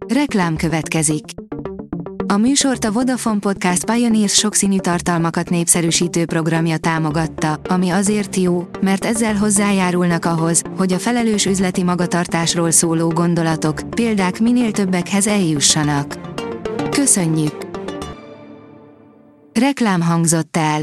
Reklám következik. A műsort a Vodafone Podcast Pioneers sokszínű tartalmakat népszerűsítő programja támogatta, ami azért jó, mert ezzel hozzájárulnak ahhoz, hogy a felelős üzleti magatartásról szóló gondolatok, példák minél többekhez eljussanak. Köszönjük! Reklám hangzott el.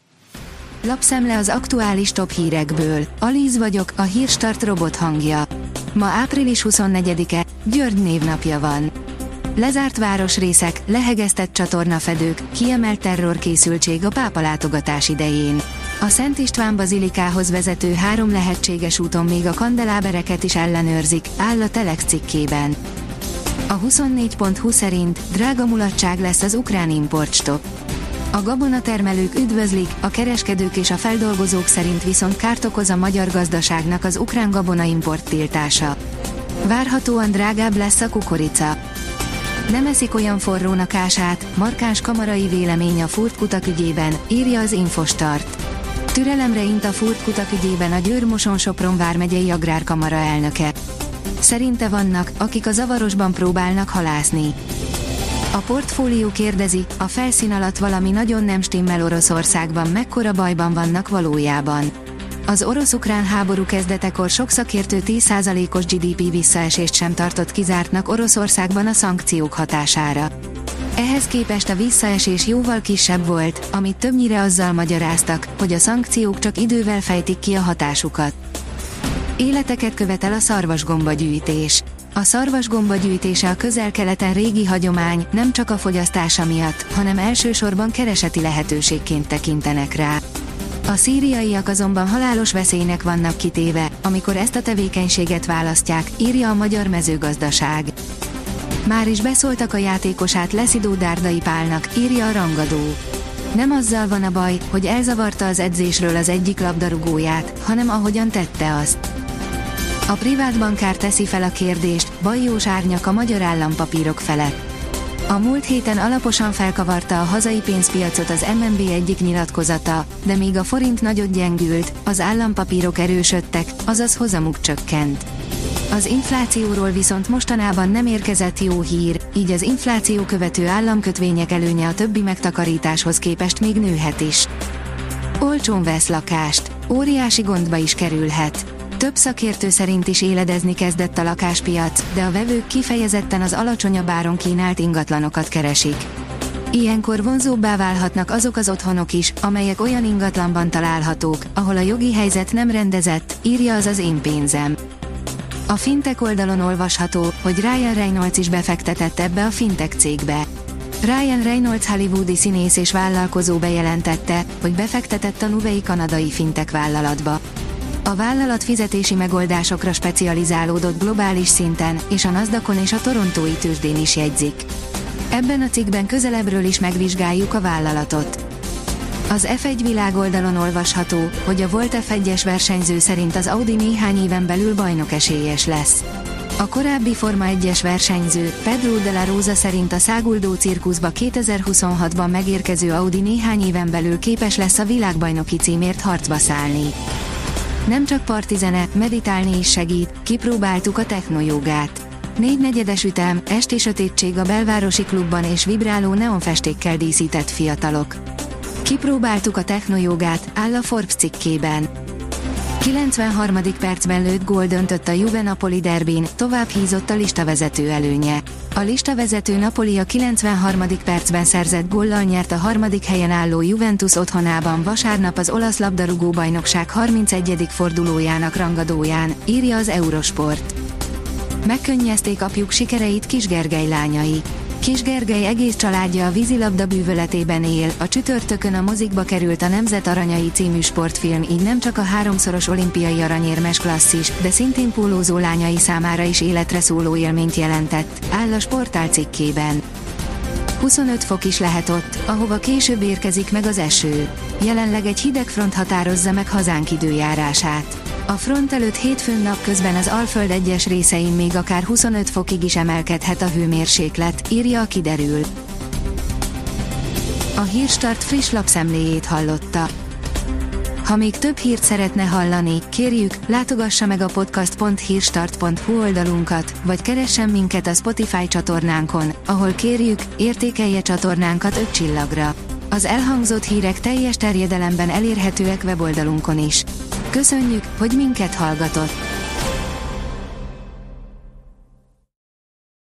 Lapszemle az aktuális top hírekből. Alíz vagyok, a Hírstart robot hangja. Ma április 24-e, György névnapja van. Lezárt városrészek, lehegeztett csatornafedők, kiemelt terrorkészültség a pápa látogatás idején. A Szent István bazilikához vezető 3 lehetséges úton még a kandelábereket is ellenőrzik, áll a Telex cikkében. A 24.hu szerint drága mulatság lesz az ukrán importstop. A gabonatermelők üdvözlik, a kereskedők és a feldolgozók szerint viszont kárt okoz a magyar gazdaságnak az ukrán gabonaimport tiltása. Várhatóan drágább lesz a kukorica. Nem eszik olyan forrónak ását, markáns kamarai vélemény a Furt-kutak ügyében, írja az Infostart. Türelemre int a Furt-kutak ügyében a Győr-Moson-Sopron vármegyei agrárkamara elnöke. Szerinte vannak, akik a zavarosban próbálnak halászni. A Portfólió kérdezi, a felszín alatt valami nagyon nem stimmel Oroszországban, mekkora bajban vannak valójában. Az orosz-ukrán háború kezdetekor sok szakértő 10%-os GDP visszaesést sem tartott kizártnak Oroszországban a szankciók hatására. Ehhez képest a visszaesés jóval kisebb volt, amit többnyire azzal magyaráztak, hogy a szankciók csak idővel fejtik ki a hatásukat. Életeket követel a szarvasgombagyűjtés. A szarvasgomba gyűjtése a Közel-Keleten régi hagyomány, nem csak a fogyasztása miatt, hanem elsősorban kereseti lehetőségként tekintenek rá. A szíriaiak azonban halálos veszélynek vannak kitéve, amikor ezt a tevékenységet választják, írja a Magyar Mezőgazdaság. Már is beszóltak a játékosát leszidó Dárdai Pálnak, írja a Rangadó. Nem azzal van a baj, hogy elzavarta az edzésről az egyik labdarúgóját, hanem ahogyan tette azt. A privát bankár teszi fel a kérdést, bajós árnyak a magyar állampapírok felett. A múlt héten alaposan felkavarta a hazai pénzpiacot az MNB egyik nyilatkozata, de míg a forint nagyot gyengült, az állampapírok erősödtek, azaz hozamuk csökkent. Az inflációról viszont mostanában nem érkezett jó hír, így az infláció követő államkötvények előnye a többi megtakarításhoz képest még nőhet is. Olcsón vesz lakást, óriási gondba is kerülhet. Több szakértő szerint is éledezni kezdett a lakáspiac, de a vevők kifejezetten az alacsonyabb áron kínált ingatlanokat keresik. Ilyenkor vonzóbbá válhatnak azok az otthonok is, amelyek olyan ingatlanban találhatók, ahol a jogi helyzet nem rendezett, írja az Én pénzem. A fintech oldalon olvasható, hogy Ryan Reynolds is befektetett ebbe a fintech cégbe. Ryan Reynolds hollywoodi színész és vállalkozó bejelentette, hogy befektetett a Nuvei kanadai fintech vállalatba. A vállalat fizetési megoldásokra specializálódott globális szinten, és a Nasdaqon és a torontói tőzsdén is jegyzik. Ebben a cikkben közelebbről is megvizsgáljuk a vállalatot. Az F1 világoldalon olvasható, hogy a Volt F1-es versenyző szerint az Audi néhány éven belül bajnokesélyes lesz. A korábbi Forma 1-es versenyző, Pedro de la Rosa szerint a száguldó cirkuszba 2026-ban megérkező Audi néhány éven belül képes lesz a világbajnoki címért harcba szállni. Nem csak partizene, meditálni is segít, kipróbáltuk a technojogát. 4/4 ütem, esti sötétség a belvárosi klubban és vibráló neonfestékkel díszített fiatalok. Kipróbáltuk a technojogát, áll a Forbes cikkében. 93. percben lőtt gól döntött a Juve Napoli derbin, tovább hízott a listavezető előnye. A listavezető Napoli a 93. percben szerzett góllal nyert a 3. helyen álló Juventus otthonában vasárnap az olasz labdarúgó-bajnokság 31. fordulójának rangadóján, írja az Eurosport. Megkönnyezték apjuk sikereit Kis Gergely lányai. Kis Gergely egész családja a vízilabda bűvöletében él, a csütörtökön a mozikba került a Nemzet Aranyai című sportfilm, így nem csak a 3-szoros olimpiai aranyérmes klasszis, de szintén pólózó lányai számára is életre szóló élményt jelentett, áll a Sportál cikkében. 25 fok is lehet ott, ahova később érkezik meg az eső. Jelenleg egy hideg front határozza meg hazánk időjárását. A front előtt hétfőn napközben az Alföld egyes részein még akár 25 fokig is emelkedhet a hőmérséklet, írja a Kiderül. A Hírstart friss lapszemléjét hallotta. Ha még több hírt szeretne hallani, kérjük, látogassa meg a podcast.hírstart.hu oldalunkat, vagy keressen minket a Spotify csatornánkon, ahol kérjük, értékelje csatornánkat 5 csillagra. Az elhangzott hírek teljes terjedelemben elérhetőek weboldalunkon is. Köszönjük, hogy minket hallgatott!